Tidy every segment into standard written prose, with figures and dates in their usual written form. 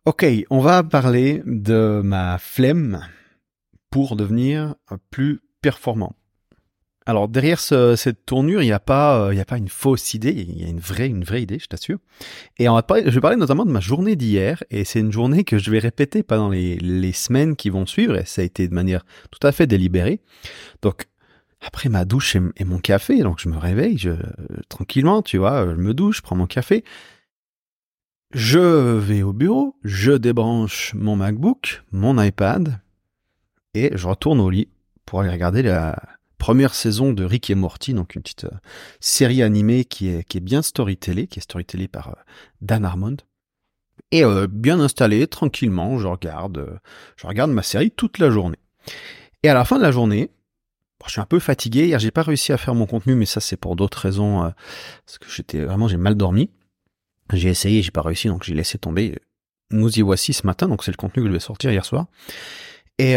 Ok, on va parler de ma flemme pour devenir plus performant. Alors derrière cette tournure, il y a pas une fausse idée, il y a une vraie idée, je t'assure. Et je vais parler notamment de ma journée d'hier, et c'est une journée que je vais répéter pendant les semaines qui vont suivre, et ça a été de manière tout à fait délibérée. Donc après ma douche et mon café, donc je me réveille, tranquillement, tu vois, je me douche, je prends mon café, je vais au bureau, je débranche mon MacBook, mon iPad, et je retourne au lit pour aller regarder la première saison de Rick et Morty, donc une petite série animée qui est bien qui est storytellée par Dan Harmon. Et bien installé, tranquillement, je regarde ma série toute la journée. Et à la fin de la journée, bon, je suis un peu fatigué. Hier, j'ai pas réussi à faire mon contenu, mais ça c'est pour d'autres raisons, parce que j'ai mal dormi. J'ai essayé, j'ai pas réussi, donc j'ai laissé tomber. Nous y voici ce matin, donc c'est le contenu que je vais sortir hier soir. Et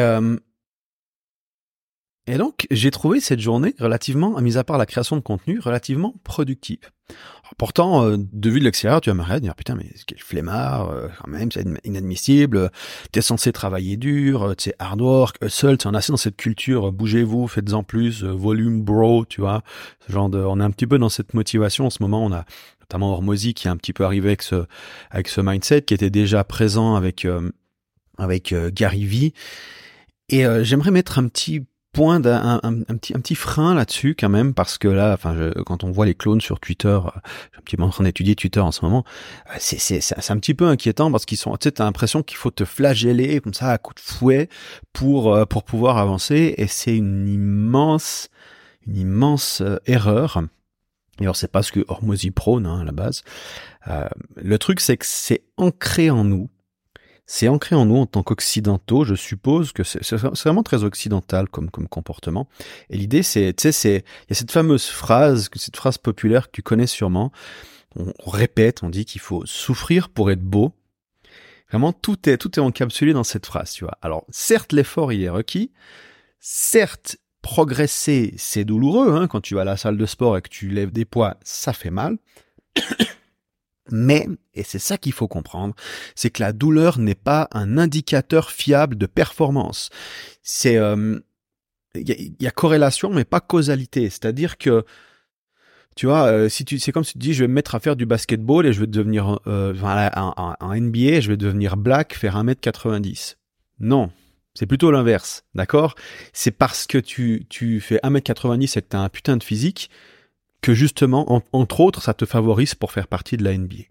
donc, j'ai trouvé cette journée relativement, mis à part la création de contenu, relativement productive. Alors, pourtant, de vue de l'extérieur, tu vas m'arrêter, dire putain, mais quel flemmard, quand même, c'est inadmissible. T'es censé travailler dur, tu sais, hard work, hustle, on est assez dans cette culture, bougez-vous, faites-en plus, volume, bro, tu vois. On est un petit peu dans cette motivation en ce moment. On a notamment Hormozy qui est un petit peu arrivé avec ce mindset, qui était déjà présent avec Gary Vee. Et j'aimerais mettre un petit point un petit frein là-dessus quand même, parce que là, quand on voit les clones sur Twitter, je suis un petit peu en train d'étudier Twitter en ce moment, c'est un petit peu inquiétant parce qu'ils sont, tu sais, t'as l'impression qu'il faut te flageller comme ça à coups de fouet pour pouvoir avancer, et c'est une immense erreur. Et alors c'est pas ce que Hormozy prône à la base. Le truc c'est que c'est ancré en nous. C'est ancré en nous en tant qu'occidentaux, je suppose que c'est vraiment très occidental comme comportement. Et l'idée, il y a cette fameuse phrase populaire que tu connais sûrement. On répète, on dit qu'il faut souffrir pour être beau. Vraiment, tout est encapsulé dans cette phrase, tu vois. Alors, certes, l'effort, il est requis. Certes, progresser, c'est douloureux, hein. Quand tu vas à la salle de sport et que tu lèves des poids, ça fait mal. Mais, et c'est ça qu'il faut comprendre, c'est que la douleur n'est pas un indicateur fiable de performance. C'est, y a corrélation, mais pas causalité. C'est-à-dire que, tu vois, c'est comme si tu dis, je vais me mettre à faire du basketball et je vais devenir, en NBA, je vais devenir black, faire 1m90. Non. C'est plutôt l'inverse, d'accord? C'est parce que tu fais 1m90 et que t'as un putain de physique que justement, entre autres, ça te favorise pour faire partie de la NBA.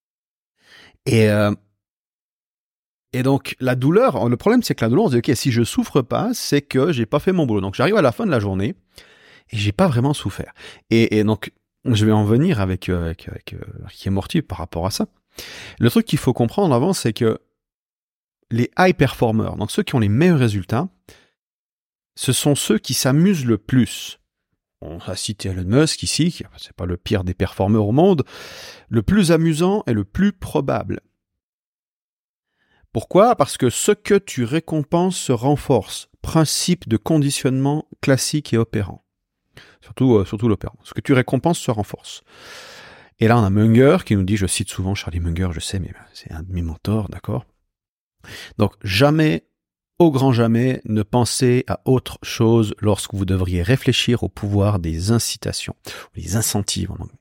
Et donc, la douleur, le problème, c'est que la douleur, on se dit, ok, si je souffre pas, c'est que j'ai pas fait mon boulot. Donc, j'arrive à la fin de la journée et j'ai pas vraiment souffert. Et donc, je vais en venir avec Rick et Morty par rapport à ça. Le truc qu'il faut comprendre avant, c'est que les high performers, donc ceux qui ont les meilleurs résultats, ce sont ceux qui s'amusent le plus. On a cité Elon Musk ici, qui c'est pas le pire des performeurs au monde, le plus amusant et le plus probable. Pourquoi ? Parce que ce que tu récompenses se renforce. Principe de conditionnement classique et opérant. Surtout l'opérant. Ce que tu récompenses se renforce. Et là, on a Munger qui nous dit, je cite souvent Charlie Munger, je sais, mais c'est un de mes mentors, d'accord ? Donc, jamais, au grand jamais, ne pensez à autre chose lorsque vous devriez réfléchir au pouvoir des incitations, les incentives en anglais.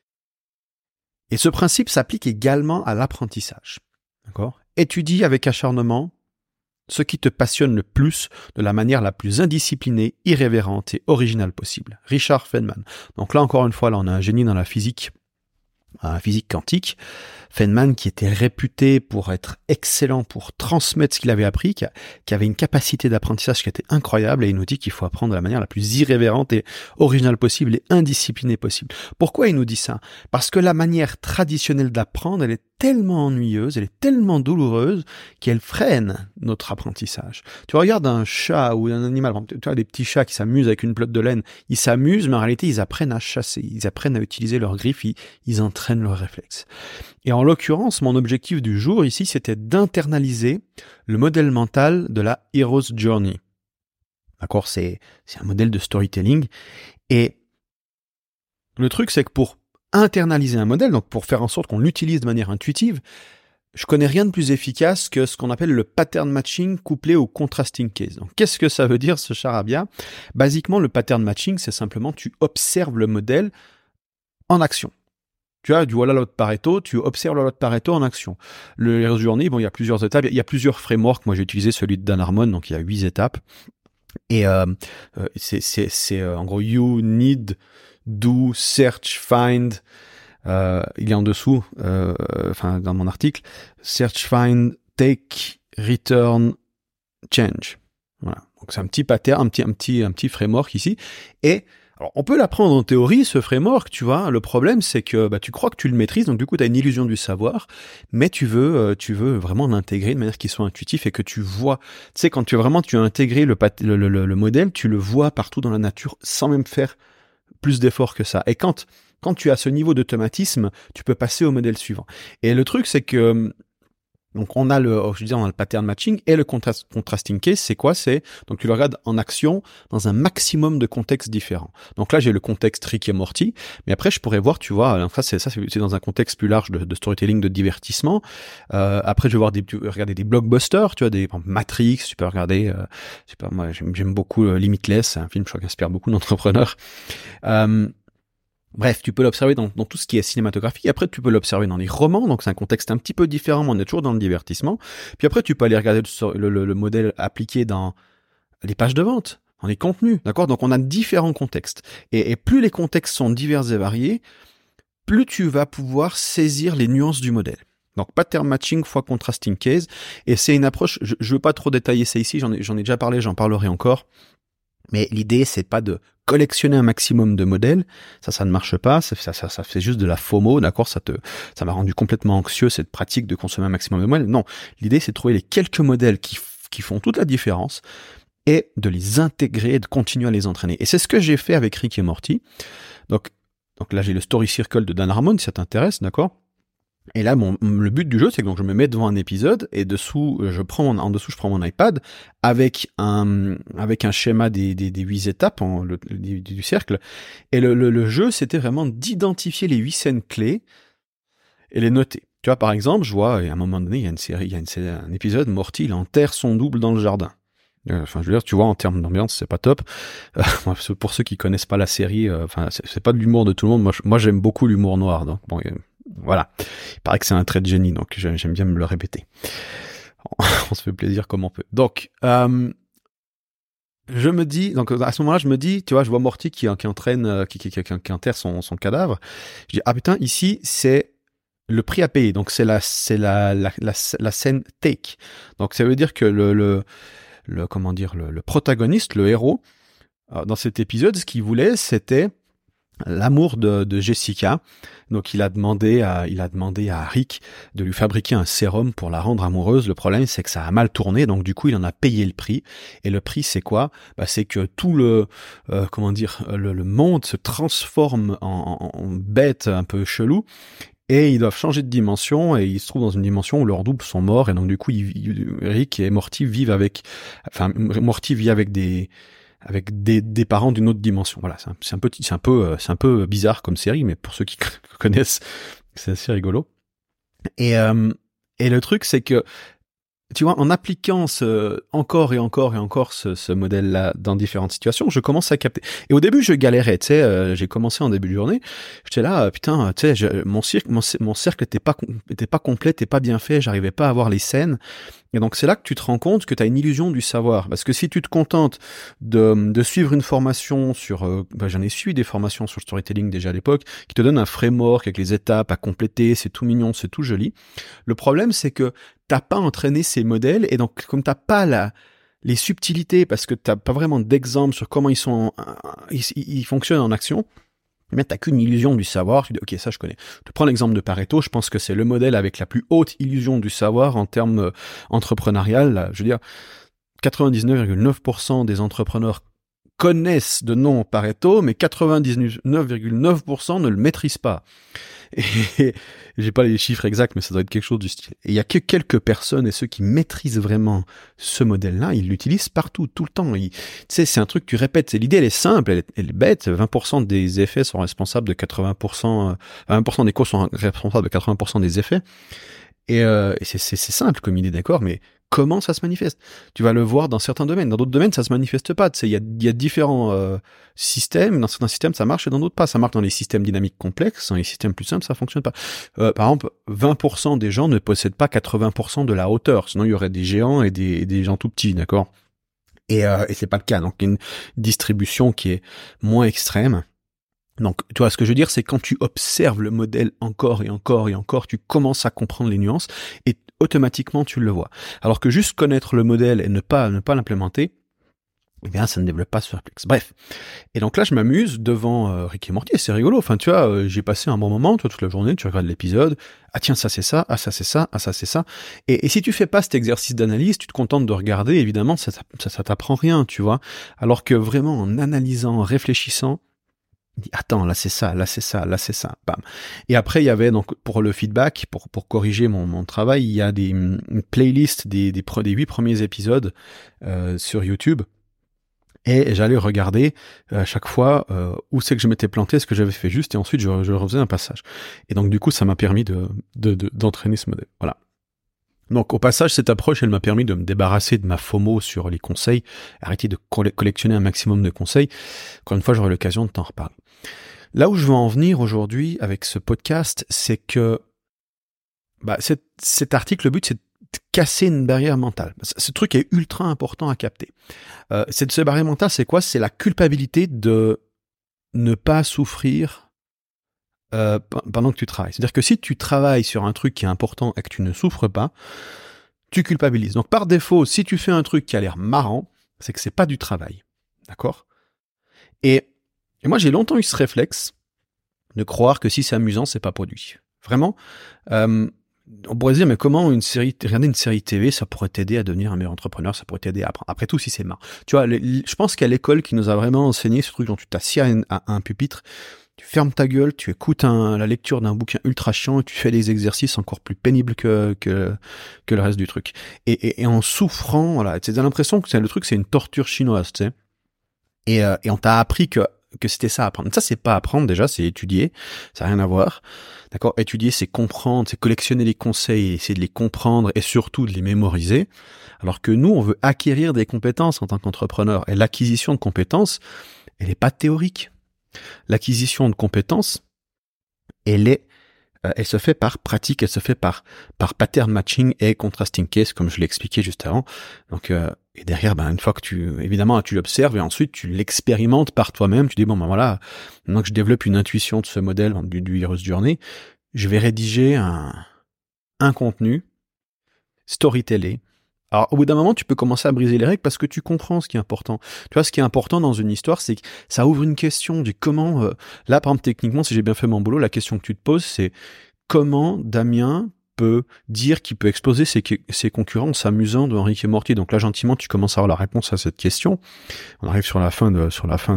Et ce principe s'applique également à l'apprentissage. D'accord ? Étudie avec acharnement ce qui te passionne le plus de la manière la plus indisciplinée, irrévérente et originale possible. Richard Feynman. Donc là, encore une fois, là, on a un génie dans la physique quantique. Feynman, qui était réputé pour être excellent, pour transmettre ce qu'il avait appris, qui avait une capacité d'apprentissage qui était incroyable, et il nous dit qu'il faut apprendre de la manière la plus irrévérente et originale possible et indisciplinée possible. Pourquoi il nous dit ça ? Parce que la manière traditionnelle d'apprendre, elle est tellement ennuyeuse, elle est tellement douloureuse qu'elle freine notre apprentissage. Tu regardes un chat ou un animal, tu vois des petits chats qui s'amusent avec une pelote de laine, ils s'amusent, mais en réalité ils apprennent à chasser, ils apprennent à utiliser leurs griffes, ils entraînent leurs réflexes. Et en l'occurrence, mon objectif du jour ici, c'était d'internaliser le modèle mental de la Hero's Journey. D'accord, c'est un modèle de storytelling. Et le truc, c'est que pour internaliser un modèle, donc pour faire en sorte qu'on l'utilise de manière intuitive, je connais rien de plus efficace que ce qu'on appelle le pattern matching couplé au contrasting case. Donc, qu'est-ce que ça veut dire, ce charabia? Basiquement, le pattern matching, c'est simplement tu observes le modèle en action. Tu as du voilà l'autre Pareto, tu observes l'autre Pareto en action. Les réseaux de journée, bon, il y a plusieurs étapes, il y a plusieurs frameworks. Moi, j'ai utilisé celui de Dan Harmon, donc il y a 8 étapes. Et c'est en gros you, need, do, search, find. Il est en dessous, dans mon article, search, find, take, return, change. Voilà. Donc c'est un petit pattern, un petit framework ici. Et alors, on peut l'apprendre en théorie, ce framework, tu vois. Le problème, c'est que tu crois que tu le maîtrises, donc du coup, tu as une illusion du savoir, mais tu veux vraiment l'intégrer de manière qu'il soit intuitif et que tu vois. Tu sais, quand tu as intégré le modèle, tu le vois partout dans la nature sans même faire plus d'efforts que ça. Et quand tu as ce niveau d'automatisme, tu peux passer au modèle suivant. Et le truc, c'est que donc on a le pattern matching et le contrasting case. C'est quoi? Donc tu le regardes en action dans un maximum de contextes différents. Donc là j'ai le contexte Rick et Morty, mais après je pourrais voir, tu vois, c'est dans un contexte plus large de storytelling, de divertissement. Après je vais regarder des blockbusters, tu vois, par exemple, Matrix. Tu peux regarder, moi j'aime beaucoup Limitless, c'est un film je crois qui inspire beaucoup d'entrepreneurs. Bref, tu peux l'observer dans tout ce qui est cinématographique. Après, tu peux l'observer dans les romans, donc c'est un contexte un petit peu différent, mais on est toujours dans le divertissement. Puis après, tu peux aller regarder le modèle appliqué dans les pages de vente, dans les contenus, d'accord? Donc on a différents contextes. Et plus les contextes sont divers et variés, plus tu vas pouvoir saisir les nuances du modèle. Donc pattern matching fois contrasting case. Et c'est une approche, je veux pas trop détailler ça ici, j'en ai déjà parlé, j'en parlerai encore. Mais l'idée, c'est pas de collectionner un maximum de modèles. Ça ne marche pas. Ça fait juste de la FOMO, d'accord? Ça m'a rendu complètement anxieux, cette pratique de consommer un maximum de modèles. Non. L'idée, c'est de trouver les quelques modèles qui font toute la différence et de les intégrer et de continuer à les entraîner. Et c'est ce que j'ai fait avec Rick et Morty. Donc là, j'ai le Story Circle de Dan Harmon, si ça t'intéresse, d'accord? Et là, le but du jeu, c'est que donc je me mets devant un épisode et dessous, je prends mon iPad avec un schéma des 8 étapes du cercle. Et le jeu, c'était vraiment d'identifier les 8 scènes clés et les noter. Tu vois, par exemple, je vois, à un moment donné, il y a un épisode, Morty, il enterre son double dans le jardin. Enfin, je veux dire, tu vois, en termes d'ambiance, c'est pas top. Pour ceux qui connaissent pas la série, c'est pas de l'humour de tout le monde. Moi, j'aime beaucoup l'humour noir. Donc, bon, voilà. Il paraît que c'est un trait de génie, donc j'aime bien me le répéter. On se fait plaisir comme on peut. Donc, je me dis, donc à ce moment-là, je me dis, tu vois, je vois Morty qui entraîne, qui enterre son cadavre. Je dis, ah putain, ici, c'est le prix à payer. Donc, c'est la scène take. Donc, ça veut dire que le protagoniste, le héros, dans cet épisode, ce qu'il voulait, c'était l'amour de Jessica. Donc il a demandé à Rick de lui fabriquer un sérum pour la rendre amoureuse. Le problème, c'est que ça a mal tourné, donc du coup il en a payé le prix. Et le prix, c'est quoi? C'est que tout le monde se transforme en bête un peu chelou. Et ils doivent changer de dimension, et ils se trouvent dans une dimension où leurs doubles sont morts, et donc du coup Rick et Morty Morty vit avec des parents d'une autre dimension. Voilà, c'est un peu bizarre comme série, mais pour ceux qui connaissent, c'est assez rigolo. Et le truc, c'est que, tu vois, en appliquant encore et encore ce modèle-là dans différentes situations, je commence à capter. Et au début, je galérais, tu sais, j'ai commencé en début de journée, j'étais là, putain, tu sais, mon cercle était pas complet, était pas bien fait, j'arrivais pas à voir les scènes. Et donc c'est là que tu te rends compte que tu as une illusion du savoir. Parce que si tu te contentes de suivre une formation sur... j'en ai suivi des formations sur le storytelling déjà à l'époque, qui te donnent un framework avec les étapes à compléter, c'est tout mignon, c'est tout joli. Le problème, c'est que t'as pas entraîné ces modèles, et donc comme t'as pas les subtilités, parce que t'as pas vraiment d'exemple sur comment ils fonctionnent en action, mais t'as qu'une illusion du savoir, tu dis ok, ça je connais. Je te prends l'exemple de Pareto, je pense que c'est le modèle avec la plus haute illusion du savoir en termes entrepreneurial. Là, je veux dire, 99,9% des entrepreneurs connaissent de nom Pareto, mais 99,9% ne le maîtrisent pas. Et j'ai pas les chiffres exacts, mais ça doit être quelque chose du style. Et il y a que quelques personnes, et ceux qui maîtrisent vraiment ce modèle-là, ils l'utilisent partout, tout le temps. Tu sais, c'est un truc que tu répètes. L'idée, elle est simple, elle est bête. 20% des effets sont responsables de 80%, 20% des causes sont responsables de 80% des effets. Et c'est simple comme idée, d'accord, mais comment ça se manifeste? Tu vas le voir dans certains domaines. Dans d'autres domaines, ça se manifeste pas. Tu sais, il y a différents systèmes. Dans certains systèmes, ça marche et dans d'autres pas. Ça marche dans les systèmes dynamiques complexes. Dans les systèmes plus simples, ça fonctionne pas. Par exemple, 20% des gens ne possèdent pas 80% de la hauteur. Sinon, il y aurait des géants et des gens tout petits, d'accord? Et c'est pas le cas. Donc, il y a une distribution qui est moins extrême. Donc, tu vois, ce que je veux dire, c'est quand tu observes le modèle encore et encore et encore, tu commences à comprendre les nuances et automatiquement tu le vois. Alors que juste connaître le modèle et ne pas l'implémenter, eh bien, ça ne développe pas ce réflexe. Bref. Et donc là, je m'amuse devant Rick et Morty et c'est rigolo. Enfin, tu vois, j'ai passé un bon moment, toi, toute la journée, tu regardes l'épisode. Ah tiens, ça c'est ça, ah ça c'est ça, ah ça c'est ça. Et si tu fais pas cet exercice d'analyse, tu te contentes de regarder, évidemment, ça t'apprend rien, tu vois. Alors que vraiment, en analysant, en réfléchissant, attends, là c'est ça, là c'est ça, là c'est ça, bam. Et après il y avait donc pour le feedback, pour corriger mon travail, il y a une playlist des 8 premiers épisodes sur YouTube. Et j'allais regarder à chaque fois où c'est que je m'étais planté, ce que j'avais fait juste, et ensuite je refaisais un passage. Et donc du coup ça m'a permis d'entraîner ce modèle. Voilà. Donc au passage, cette approche, elle m'a permis de me débarrasser de ma FOMO sur les conseils, arrêter de collectionner un maximum de conseils. Encore une fois, j'aurai l'occasion de t'en reparler. Là où je veux en venir aujourd'hui avec ce podcast, c'est que cet article, le but, c'est de casser une barrière mentale. Ce truc est ultra important à capter. Cette barrière mentale, c'est quoi? C'est la culpabilité de ne pas souffrir pendant que tu travailles. C'est-à-dire que si tu travailles sur un truc qui est important et que tu ne souffres pas, tu culpabilises. Donc par défaut, si tu fais un truc qui a l'air marrant, c'est que c'est pas du travail. D'accord? Et moi, j'ai longtemps eu ce réflexe de croire que si c'est amusant, c'est pas produit. Vraiment, on pourrait se dire, mais comment regarder une série TV, ça pourrait t'aider à devenir un meilleur entrepreneur, ça pourrait t'aider à apprendre. Après tout, si c'est marrant. Tu vois, je pense qu'à l'école qui nous a vraiment enseigné ce truc dont tu t'assieds à un pupitre, tu fermes ta gueule, tu écoutes la lecture d'un bouquin ultra chiant et tu fais des exercices encore plus pénibles que le reste du truc. Et en souffrant, voilà, tu as l'impression que le truc, c'est une torture chinoise, tu sais. Et on t'a appris que c'était ça apprendre. Ça, c'est pas apprendre déjà, c'est étudier. Ça n'a rien à voir. D'accord? Étudier, c'est comprendre, c'est collectionner les conseils, essayer de les comprendre et surtout de les mémoriser. Alors que nous, on veut acquérir des compétences en tant qu'entrepreneur. Et l'acquisition de compétences, elle est pas théorique. L'acquisition de compétences, elle se fait par pratique, elle se fait par pattern matching et contrasting case, comme je l'ai expliqué juste avant. Donc, et derrière, une fois que tu l'observes et ensuite tu l'expérimentes par toi-même, tu dis voilà, maintenant que je développe une intuition de ce modèle du Hero's Journey, je vais rédiger un contenu storytellé. Alors, au bout d'un moment, tu peux commencer à briser les règles parce que tu comprends ce qui est important. Tu vois, ce qui est important dans une histoire, c'est que ça ouvre une question du comment... là, par exemple, techniquement, si j'ai bien fait mon boulot, la question que tu te poses, c'est comment Damien peut dire qu'il peut exploser ses concurrents en s'amusant de Rick et Morty. Donc là, gentiment, tu commences à avoir la réponse à cette question. On arrive sur la fin de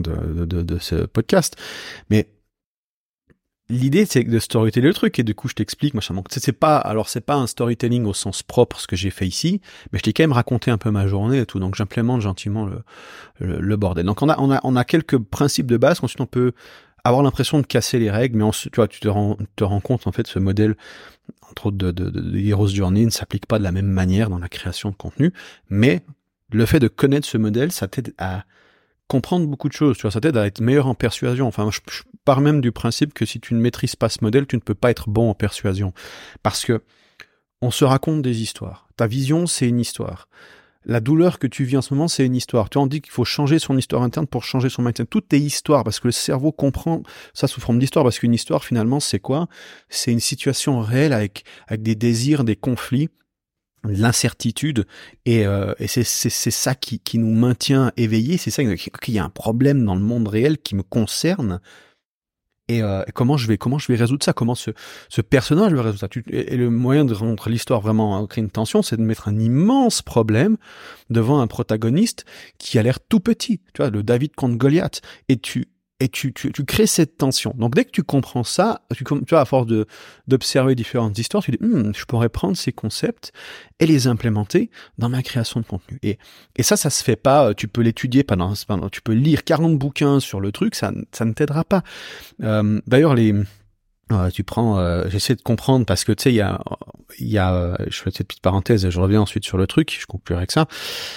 ce podcast. Mais... l'idée, c'est de storyteller le truc, et du coup, je t'explique, machin. Donc, c'est pas un storytelling au sens propre, ce que j'ai fait ici, mais je t'ai quand même raconté un peu ma journée et tout, donc j'implémente gentiment le bordel. Donc, on a quelques principes de base, ensuite on peut avoir l'impression de casser les règles, mais tu vois, tu te rends compte, en fait, ce modèle, entre autres, de Hero's Journey ne s'applique pas de la même manière dans la création de contenu, mais le fait de connaître ce modèle, ça t'aide à comprendre beaucoup de choses, tu vois, ça t'aide à être meilleur en persuasion. Enfin, je pars même du principe que si tu ne maîtrises pas ce modèle, tu ne peux pas être bon en persuasion. Parce que on se raconte des histoires. Ta vision, c'est une histoire. La douleur que tu vis en ce moment, c'est une histoire. Tu en dis qu'il faut changer son histoire interne pour changer son mindset. Toutes tes histoires, parce que le cerveau comprend ça sous forme d'histoire, parce qu'une histoire, finalement, c'est quoi? C'est une situation réelle avec des désirs, des conflits, de l'incertitude, et c'est ça qui nous maintient éveillés. C'est ça qu'il y a un problème dans le monde réel qui me concerne. Et comment je vais résoudre ça? Comment ce personnage va résoudre ça? Et le moyen de rendre l'histoire vraiment créer une tension, c'est de mettre un immense problème devant un protagoniste qui a l'air tout petit. Tu vois, le David contre Goliath. Et tu crées cette tension. Donc dès que tu comprends ça, tu vois, à force d'observer différentes histoires, tu dis je pourrais prendre ces concepts et les implémenter dans ma création de contenu. Et ça se fait pas. Tu peux l'étudier pendant tu peux lire 40 bouquins sur le truc, ça ne t'aidera pas. D'ailleurs, Tu prends, j'essaie de comprendre parce que tu sais, je fais cette petite parenthèse et je reviens ensuite sur le truc, je conclurai avec ça.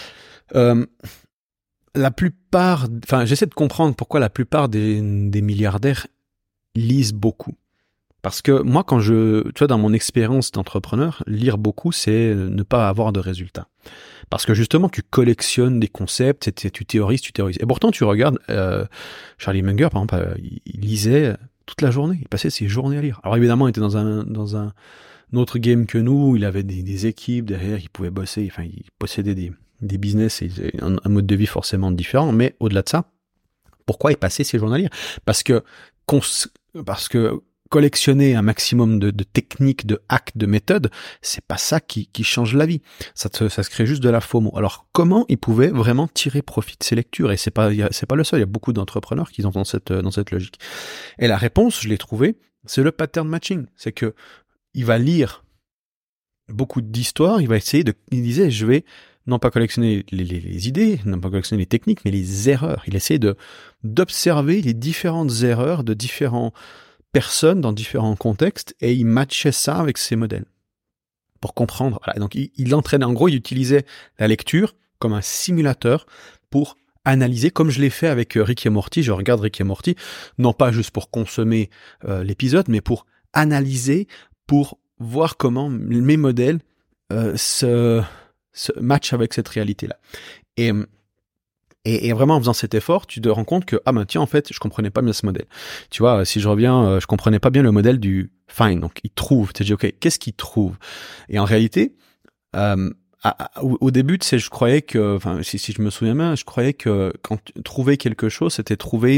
J'essaie de comprendre pourquoi la plupart des milliardaires lisent beaucoup. Parce que moi, tu vois, dans mon expérience d'entrepreneur, lire beaucoup, c'est ne pas avoir de résultats. Parce que justement, tu collectionnes des concepts, tu théorises. Et pourtant, tu regardes, Charlie Munger, par exemple, il lisait toute la journée. Il passait ses journées à lire. Alors évidemment, il était dans un autre game que nous. Il avait des équipes derrière. Il pouvait bosser. Enfin, il possédait des business et un mode de vie forcément différent. Mais au-delà de ça, pourquoi il passait ses journées à lire? Parce que collectionner un maximum de techniques, de hacks, de méthodes, c'est pas ça qui change la vie. Ça se crée juste de la FOMO. Alors, comment ils pouvaient vraiment tirer profit de ces lectures? Et c'est pas le seul. Il y a beaucoup d'entrepreneurs qui sont dans cette logique. Et la réponse, je l'ai trouvée, c'est le pattern matching. C'est que il va lire beaucoup d'histoires, il disait, je vais non pas collectionner les idées, non pas collectionner les techniques, mais les erreurs. Il essaie d'observer les différentes erreurs de différents personnes dans différents contextes et il matchait ça avec ses modèles pour comprendre. Voilà. Donc il entraînait, en gros, il utilisait la lecture comme un simulateur pour analyser, comme je l'ai fait avec Rick et Morty. Je regarde Rick et Morty, non pas juste pour consommer l'épisode, mais pour analyser, pour voir comment mes modèles se matchent avec cette réalité-là. Et vraiment, en faisant cet effort, tu te rends compte que, tiens, en fait, je comprenais pas bien ce modèle. Tu vois, si je reviens, je comprenais pas bien le modèle du find. Donc, il trouve. Tu te dis, OK, qu'est-ce qu'il trouve? Et en réalité, au début, tu sais, je croyais que, si je me souviens bien, je croyais que quand trouver quelque chose, c'était trouver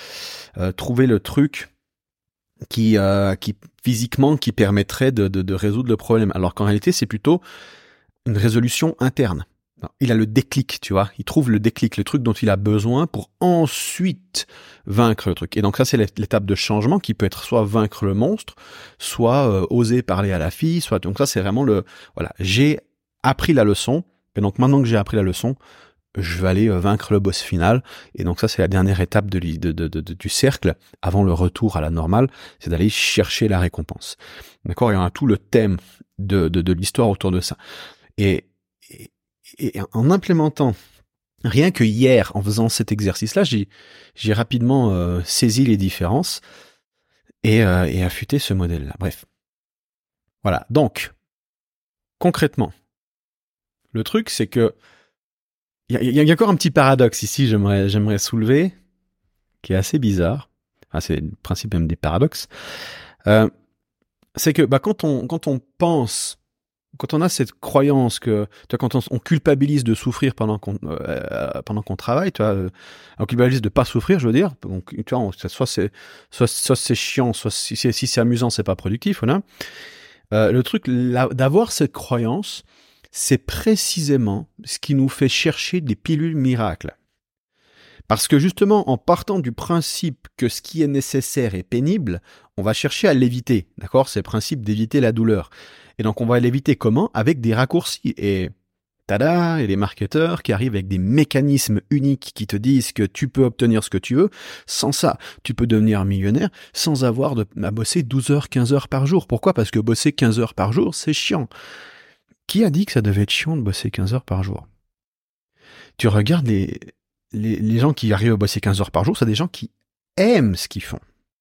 le truc qui physiquement, qui permettrait de résoudre le problème. Alors qu'en réalité, c'est plutôt une résolution interne. Il a le déclic, tu vois. Il trouve le déclic, le truc dont il a besoin pour ensuite vaincre le truc. Et donc ça, c'est l'étape de changement qui peut être soit vaincre le monstre, soit oser parler à la fille, soit... Donc ça, c'est vraiment j'ai appris la leçon. Et donc maintenant que j'ai appris la leçon, je vais aller vaincre le boss final. Et donc ça, c'est la dernière étape du cercle avant le retour à la normale. C'est d'aller chercher la récompense. D'accord? Il y en a tout le thème de l'histoire autour de ça. Et en implémentant, rien que hier, en faisant cet exercice-là, j'ai rapidement saisi les différences et affûté ce modèle-là. Bref. Voilà. Donc, concrètement, le truc, c'est que il y a encore un petit paradoxe ici, j'aimerais soulever, qui est assez bizarre. C'est le principe même des paradoxes. C'est que quand on pense... Quand on a cette croyance que, tu vois, quand on culpabilise de souffrir pendant qu'on travaille, tu vois, on culpabilise de pas souffrir, je veux dire. Donc, tu vois, soit c'est chiant, soit si c'est amusant, c'est pas productif, voilà. Le truc d'avoir cette croyance, c'est précisément ce qui nous fait chercher des pilules miracles. Parce que justement, en partant du principe que ce qui est nécessaire est pénible, on va chercher à l'éviter, d'accord? C'est le principe d'éviter la douleur. Et donc, on va l'éviter comment? Avec des raccourcis. Et tada, et les marketeurs qui arrivent avec des mécanismes uniques qui te disent que tu peux obtenir ce que tu veux. Sans ça, tu peux devenir millionnaire sans avoir à bosser 12 heures, 15 heures par jour. Pourquoi? Parce que bosser 15 heures par jour, c'est chiant. Qui a dit que ça devait être chiant de bosser 15 heures par jour? Tu regardes les gens qui arrivent à bosser 15 heures par jour, c'est des gens qui aiment ce qu'ils font.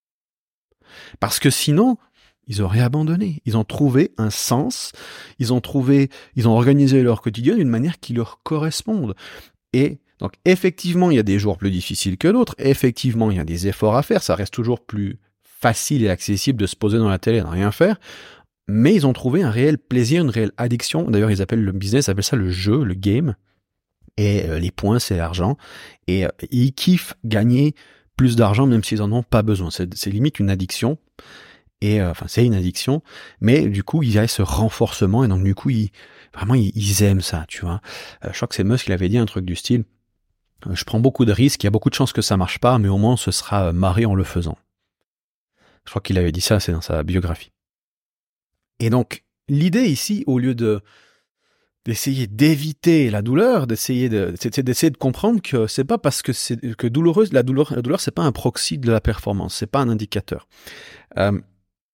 Parce que sinon, ils auraient abandonné. Ils ont trouvé un sens. Ils ont organisé leur quotidien d'une manière qui leur corresponde. Et donc, effectivement, il y a des jours plus difficiles que d'autres. Effectivement, il y a des efforts à faire. Ça reste toujours plus facile et accessible de se poser dans la télé et de rien faire. Mais ils ont trouvé un réel plaisir, une réelle addiction. D'ailleurs, ils appellent le business, ils appellent ça le jeu, le game. Et les points, c'est l'argent. Et ils kiffent gagner plus d'argent, même s'ils en ont pas besoin. C'est limite une addiction. Et c'est une addiction, mais du coup il y a ce renforcement et donc du coup ils aiment ça, tu vois. Je crois que c'est Musk qui avait dit un truc du style je prends beaucoup de risques, il y a beaucoup de chances que ça marche pas, mais au moins ce sera marré en le faisant. Je crois qu'il avait dit ça, c'est dans sa biographie. Et donc l'idée ici, au lieu d'essayer d'éviter la douleur, d'essayer de comprendre que c'est pas parce que la douleur c'est pas un proxy de la performance, c'est pas un indicateur.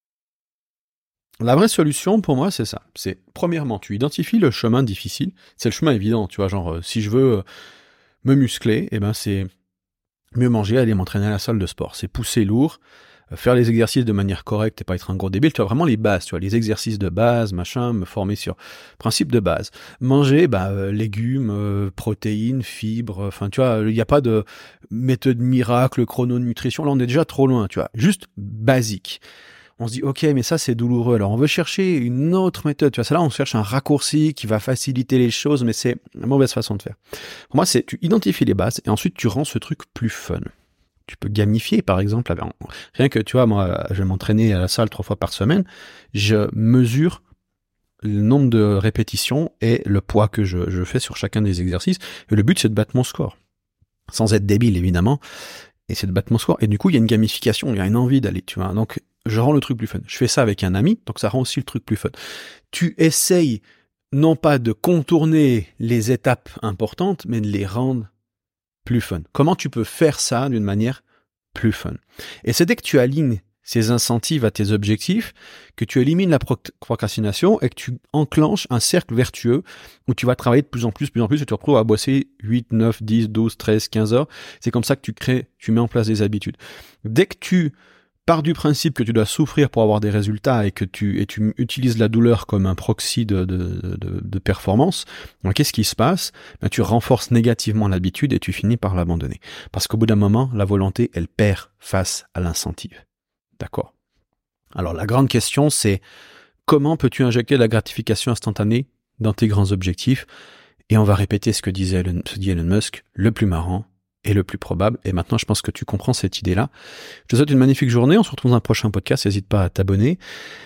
La vraie solution pour moi, c'est ça. C'est premièrement, tu identifies le chemin difficile. C'est le chemin évident, tu vois, genre si je veux me muscler, eh ben c'est mieux manger, aller m'entraîner à la salle de sport. C'est pousser lourd, faire les exercices de manière correcte et pas être un gros débile. Tu vois vraiment les bases, tu vois, les exercices de base, machin, me former sur principe de base. Manger, légumes, protéines, fibres, enfin, tu vois, il n'y a pas de méthode miracle, chrononutrition. Là, on est déjà trop loin, tu vois. Juste basique. On se dit, ok, mais ça, c'est douloureux. Alors, on veut chercher une autre méthode. Tu vois, c'est là, on cherche un raccourci qui va faciliter les choses, mais c'est la mauvaise façon de faire. Pour moi, c'est, tu identifies les bases et ensuite, tu rends ce truc plus fun. Tu peux gamifier, par exemple. Rien que, tu vois, moi, je vais m'entraîner à la salle 3 fois par semaine. Je mesure le nombre de répétitions et le poids que je fais sur chacun des exercices. Et le but, c'est de battre mon score. Sans être débile, évidemment. Et c'est de battre mon score. Et du coup, il y a une gamification, il y a une envie d'aller, tu vois. Donc, je rends le truc plus fun. Je fais ça avec un ami, donc ça rend aussi le truc plus fun. Tu essayes non pas de contourner les étapes importantes, mais de les rendre plus fun. Comment tu peux faire ça d'une manière plus fun? Et c'est dès que tu alignes ces incentives à tes objectifs, que tu élimines la procrastination et que tu enclenches un cercle vertueux où tu vas travailler de plus en plus, et tu te retrouves à bosser 8, 9, 10, 12, 13, 15 heures. C'est comme ça que tu mets en place des habitudes. Dès que tu pars du principe que tu dois souffrir pour avoir des résultats et que tu utilises la douleur comme un proxy de performance, donc qu'est-ce qui se passe? Tu renforces négativement l'habitude et tu finis par l'abandonner. Parce qu'au bout d'un moment, la volonté, elle perd face à l'incentive. D'accord? Alors la grande question, c'est comment peux-tu injecter la gratification instantanée dans tes grands objectifs? Et on va répéter ce que dit Elon Musk, le plus marrant et le plus probable. Et maintenant, je pense que tu comprends cette idée-là. Je te souhaite une magnifique journée. On se retrouve dans un prochain podcast. N'hésite pas à t'abonner.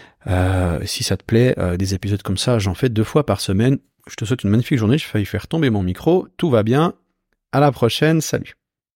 Si ça te plaît, des épisodes comme ça, j'en fais 2 fois par semaine. Je te souhaite une magnifique journée. J'ai failli faire tomber mon micro. Tout va bien. À la prochaine. Salut.